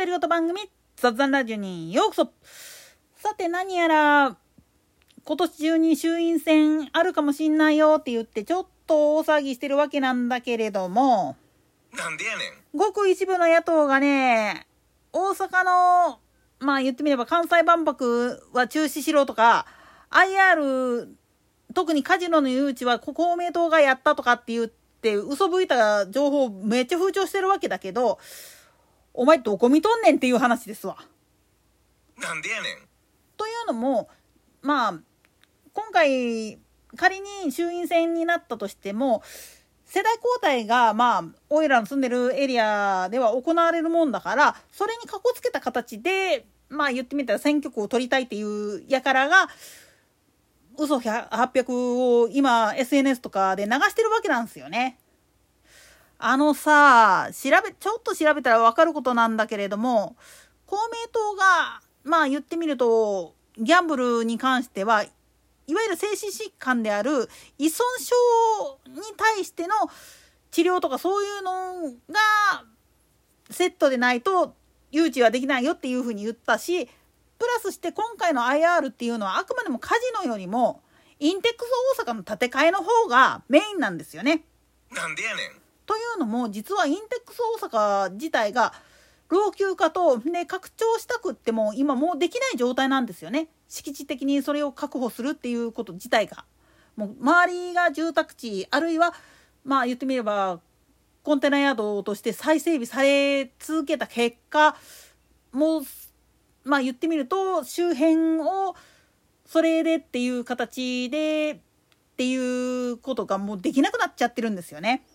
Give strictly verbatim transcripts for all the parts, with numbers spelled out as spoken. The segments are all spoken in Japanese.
独り言番組雑談ラジオにようこそ。さて何やら今年中に衆院選あるかもしんないよって言ってちょっと大騒ぎしてるわけなんだけれども、 なんでやねん。 ごく一部の野党がね、大阪のまあ言ってみれば関西万博は中止しろとか、 アイアール 特にカジノの誘致は公明党がやったとかって言って嘘吹いた情報をめっちゃ風潮してるわけだけど、お前どこ見とんねんっていう話ですわ。 なんでやねん。 というのも、まあ今回仮に衆院選になったとしても、世代交代がまあおいらの住んでるエリアでは行われるもんだから、それにかこつけた形でまあ言ってみたら選挙区を取りたいっていう輩が嘘はっぴゃくを今 エスエヌエス とかで流してるわけなんですよね。あのさ、調べちょっと調べたら分かることなんだけれども、公明党がまあ言ってみるとギャンブルに関してはいわゆる精神疾患である依存症に対しての治療とかそういうのがセットでないと誘致はできないよっていうふうに言ったし、プラスして今回の アイアール っていうのはあくまでもカジノよりもインテックス大阪の建て替えの方がメインなんですよね。 なんでやねん。 というのも実はインテックス大阪自体が老朽化と、ね、拡張したくっても今もうできない状態なんですよね。敷地的にそれを確保するっていうこと自体がもう周りが住宅地、あるいはまあ言ってみればコンテナ宿として再整備され続けた結果、もうまあ言ってみると周辺をそれでっていう形でっていうことがもうできなくなっちゃってるんですよね。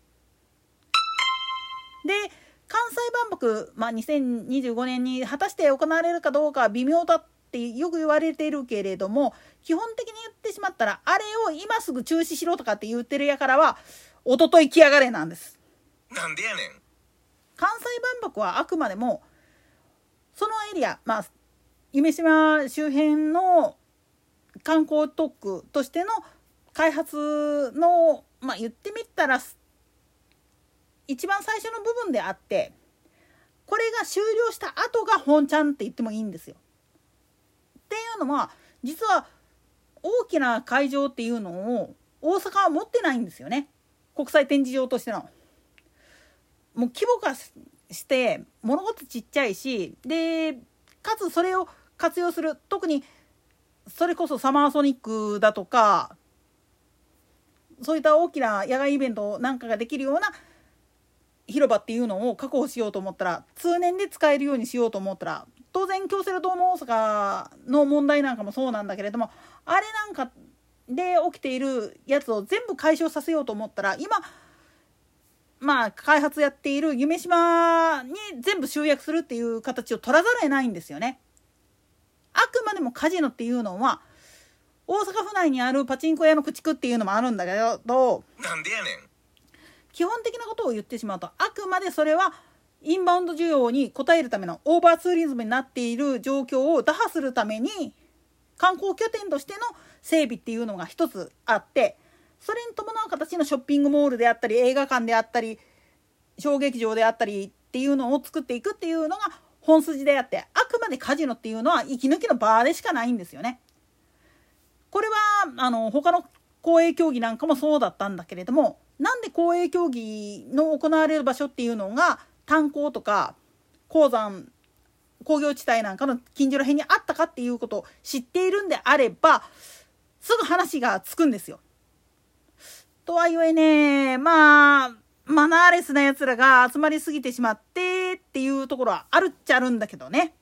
で関西万博、まあ、にせんにじゅうごねんに果たして行われるかどうかは微妙だってよく言われているけれども、基本的に言ってしまったらあれを今すぐ中止しろとかって言ってるやからはおととい来やがれなんです。 なんでやねん。 関西万博はあくまでもそのエリア、まあ夢洲周辺の観光特区としての開発の、まあ言ってみたら一番最初の部分であって、これが終了した後が本ちゃんって言ってもいいんですよ。っていうのは実は大きな会場っていうのを大阪は持ってないんですよね。国際展示場としてのもう規模がして物事ちっちゃいし、でかつそれを活用する、特にそれこそサマーソニックだとかそういった大きな野外イベントなんかができるような広場っていうのを確保しようと思ったら、通年で使えるようにしようと思ったら、当然京セラドーム大阪の問題なんかもそうなんだけれども、あれなんかで起きているやつを全部解消させようと思ったら、今まあ開発やっている夢洲に全部集約するっていう形を取らざるを得ないんですよね。あくまでもカジノっていうのは大阪府内にあるパチンコ屋の駆逐っていうのもあるんだけど、 なんでやねん。 基本的なことを言ってしまうと、あくまでそれはインバウンド需要に応えるためのオーバーツーリズムになっている状況を打破するために観光拠点としての整備っていうのが一つあって、それに伴う形のショッピングモールであったり映画館であったり小劇場であったりっていうのを作っていくっていうのが本筋であって、あくまでカジノっていうのは息抜きの場でしかないんですよね。これはあの他の公営競技なんかもそうだったんだけれども、なんで公営競技の行われる場所っていうのが炭鉱とか鉱山工業地帯なんかの近所ら辺にあったかっていうことを知っているんであればすぐ話がつくんですよ。とはいえね、まあマナーレスなやつらが集まりすぎてしまってっていうところはあるっちゃあるんだけどね。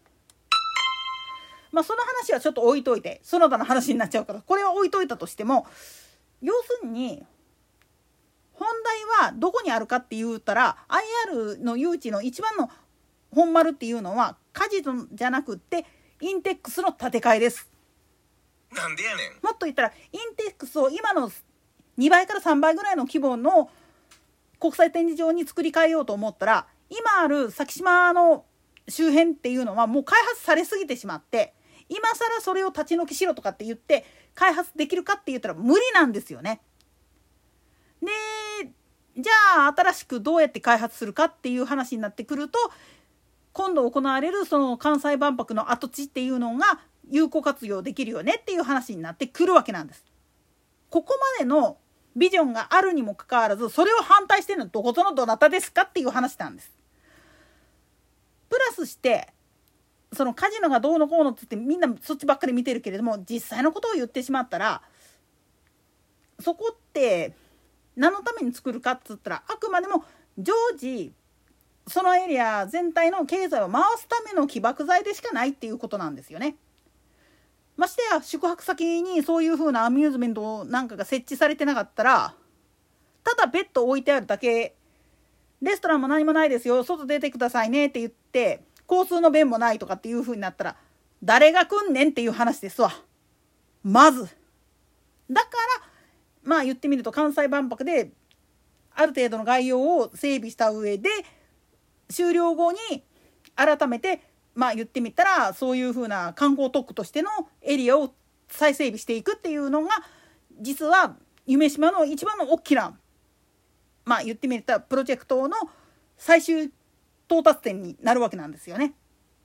まあその話はちょっと置いといて、その他の話になっちゃうからこれは置いといたとしても、要するに本題はどこにあるかって言ったら アイアール の誘致の一番の本丸っていうのはカジノじゃなくってインテックスの建て替えです。 なんでやねん。 もっと言ったらインテックスを今のにばいからさんばいぐらいの規模の国際展示場に作り変えようと思ったら、今ある先島の周辺っていうのはもう開発されすぎてしまって、今更それを立ち退きしろとかって言って開発できるかって言ったら無理なんですよね。でじゃあ新しくどうやって開発するかっていう話になってくると、 今度行われるその関西万博の跡地っていうのが有効活用できるよねっていう話になってくるわけなんです。ここまでのビジョンがあるにもかかわらず、それを反対してるのはどこぞのどなたですかっていう話なんです。プラスしてそのカジノがどうのこうのって言ってみんなそっちばっかり見てるけれども、実際のことを言ってしまったら、そこって何のために作るかっつったら、あくまでも常時そのエリア全体の経済を回すための起爆剤でしかないっていうことなんですよね。ましてや宿泊先にそういう風なアミューズメントなんかが設置されてなかったら、ただベッド置いてあるだけ、レストランも何もないですよ、外出てくださいねって言って交通の便もないとかっていう風になったら、誰が来んねんっていう話ですわ。まずだからまあ言ってみると、関西万博である程度の概要を整備した上で終了後に改めてまあ言ってみたら、そういう風な観光特区としてのエリアを再整備していくっていうのが、実は夢洲の一番の大きなまあ言ってみたらプロジェクトの最終到達点になるわけなんですよね。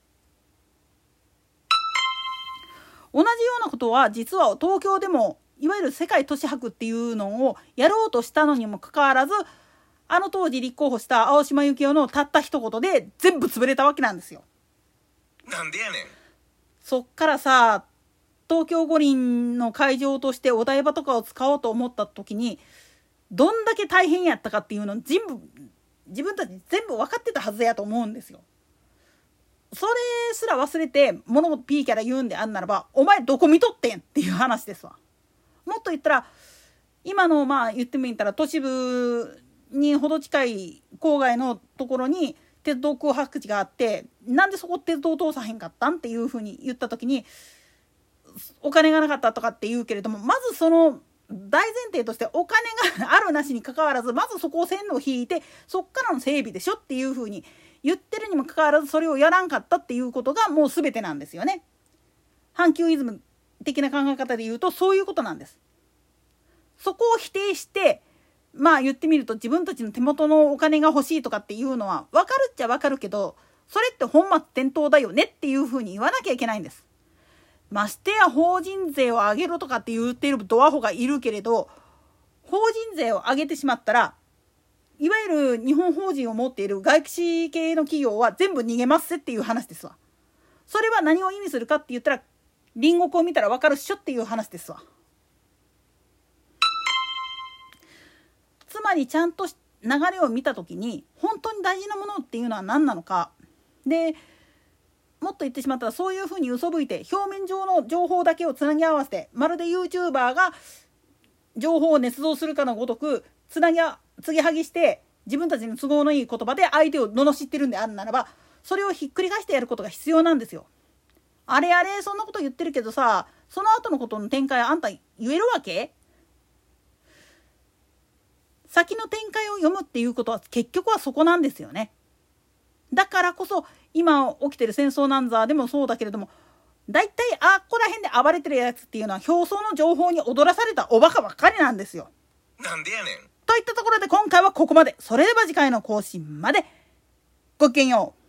同じようなことは実は東京でも、いわゆる世界都市博っていうのをやろうとしたのにもかかわらず、あの当時立候補した青島幸男のたった一言で全部潰れたわけなんですよ。 なんでやねん。 そっからさ、東京五輪の会場としてお台場とかを使おうと思った時に、どんだけ大変やったかっていうの全部自分たち全部分かってたはずやと思うんですよ。それすら忘れて物事ピーキャラ言うんであんならば、お前どこ見とってんっていう話ですわ。もっと言ったら、今のまあ言ってみたら都市部にほど近い郊外のところに鉄道空白地があって、なんでそこ鉄道通さへんかったんっていうふうに言った時に、お金がなかったとかって言うけれども、まずその大前提としてお金があるなしにかかわらず、まずそこを線路を引いてそっからの整備でしょっていうふうに言ってるにもかかわらず、それをやらんかったっていうことがもう全てなんですよね。阪急イズム的な考え方で言うとそういうことなんです。そこを否定してまあ言ってみると、自分たちの手元のお金が欲しいとかっていうのは分かるっちゃ分かるけど、それって本末転倒だよねっていうふうに言わなきゃいけないんです。ましてや法人税を上げろとかって言っているドアホがいるけれど、法人税を上げてしまったら、いわゆる日本法人を持っている外資系の企業は全部逃げますっていう話ですわ。それは何を意味するかって言ったら、隣国を見たら分かるっしょっていう話ですわ。つまりちゃんと流れを見た時に、本当に大事なものっていうのは何なのかで、もっと言ってしまったら、そういうふうに嘘吹いて表面上の情報だけをつなぎ合わせて、まるで YouTuber が情報を捏造するかのごとくつなぎあ継ぎはぎして、自分たちの都合のいい言葉で相手を罵ってるんであるならば、それをひっくり返してやることが必要なんですよ。あれあれそんなこと言ってるけどさ、その後のことの展開あんた言えるわけ？先の展開を読むっていうことは結局はそこなんですよね。だからこそ今起きてる戦争なんざでもそうだけれども、だいたいあっこら辺で暴れてるやつっていうのは表層の情報に踊らされたおバカばっかりなんですよ。 なんでやねん。 といったところで今回はここまで。それでは次回の更新まで。ごきげんよう。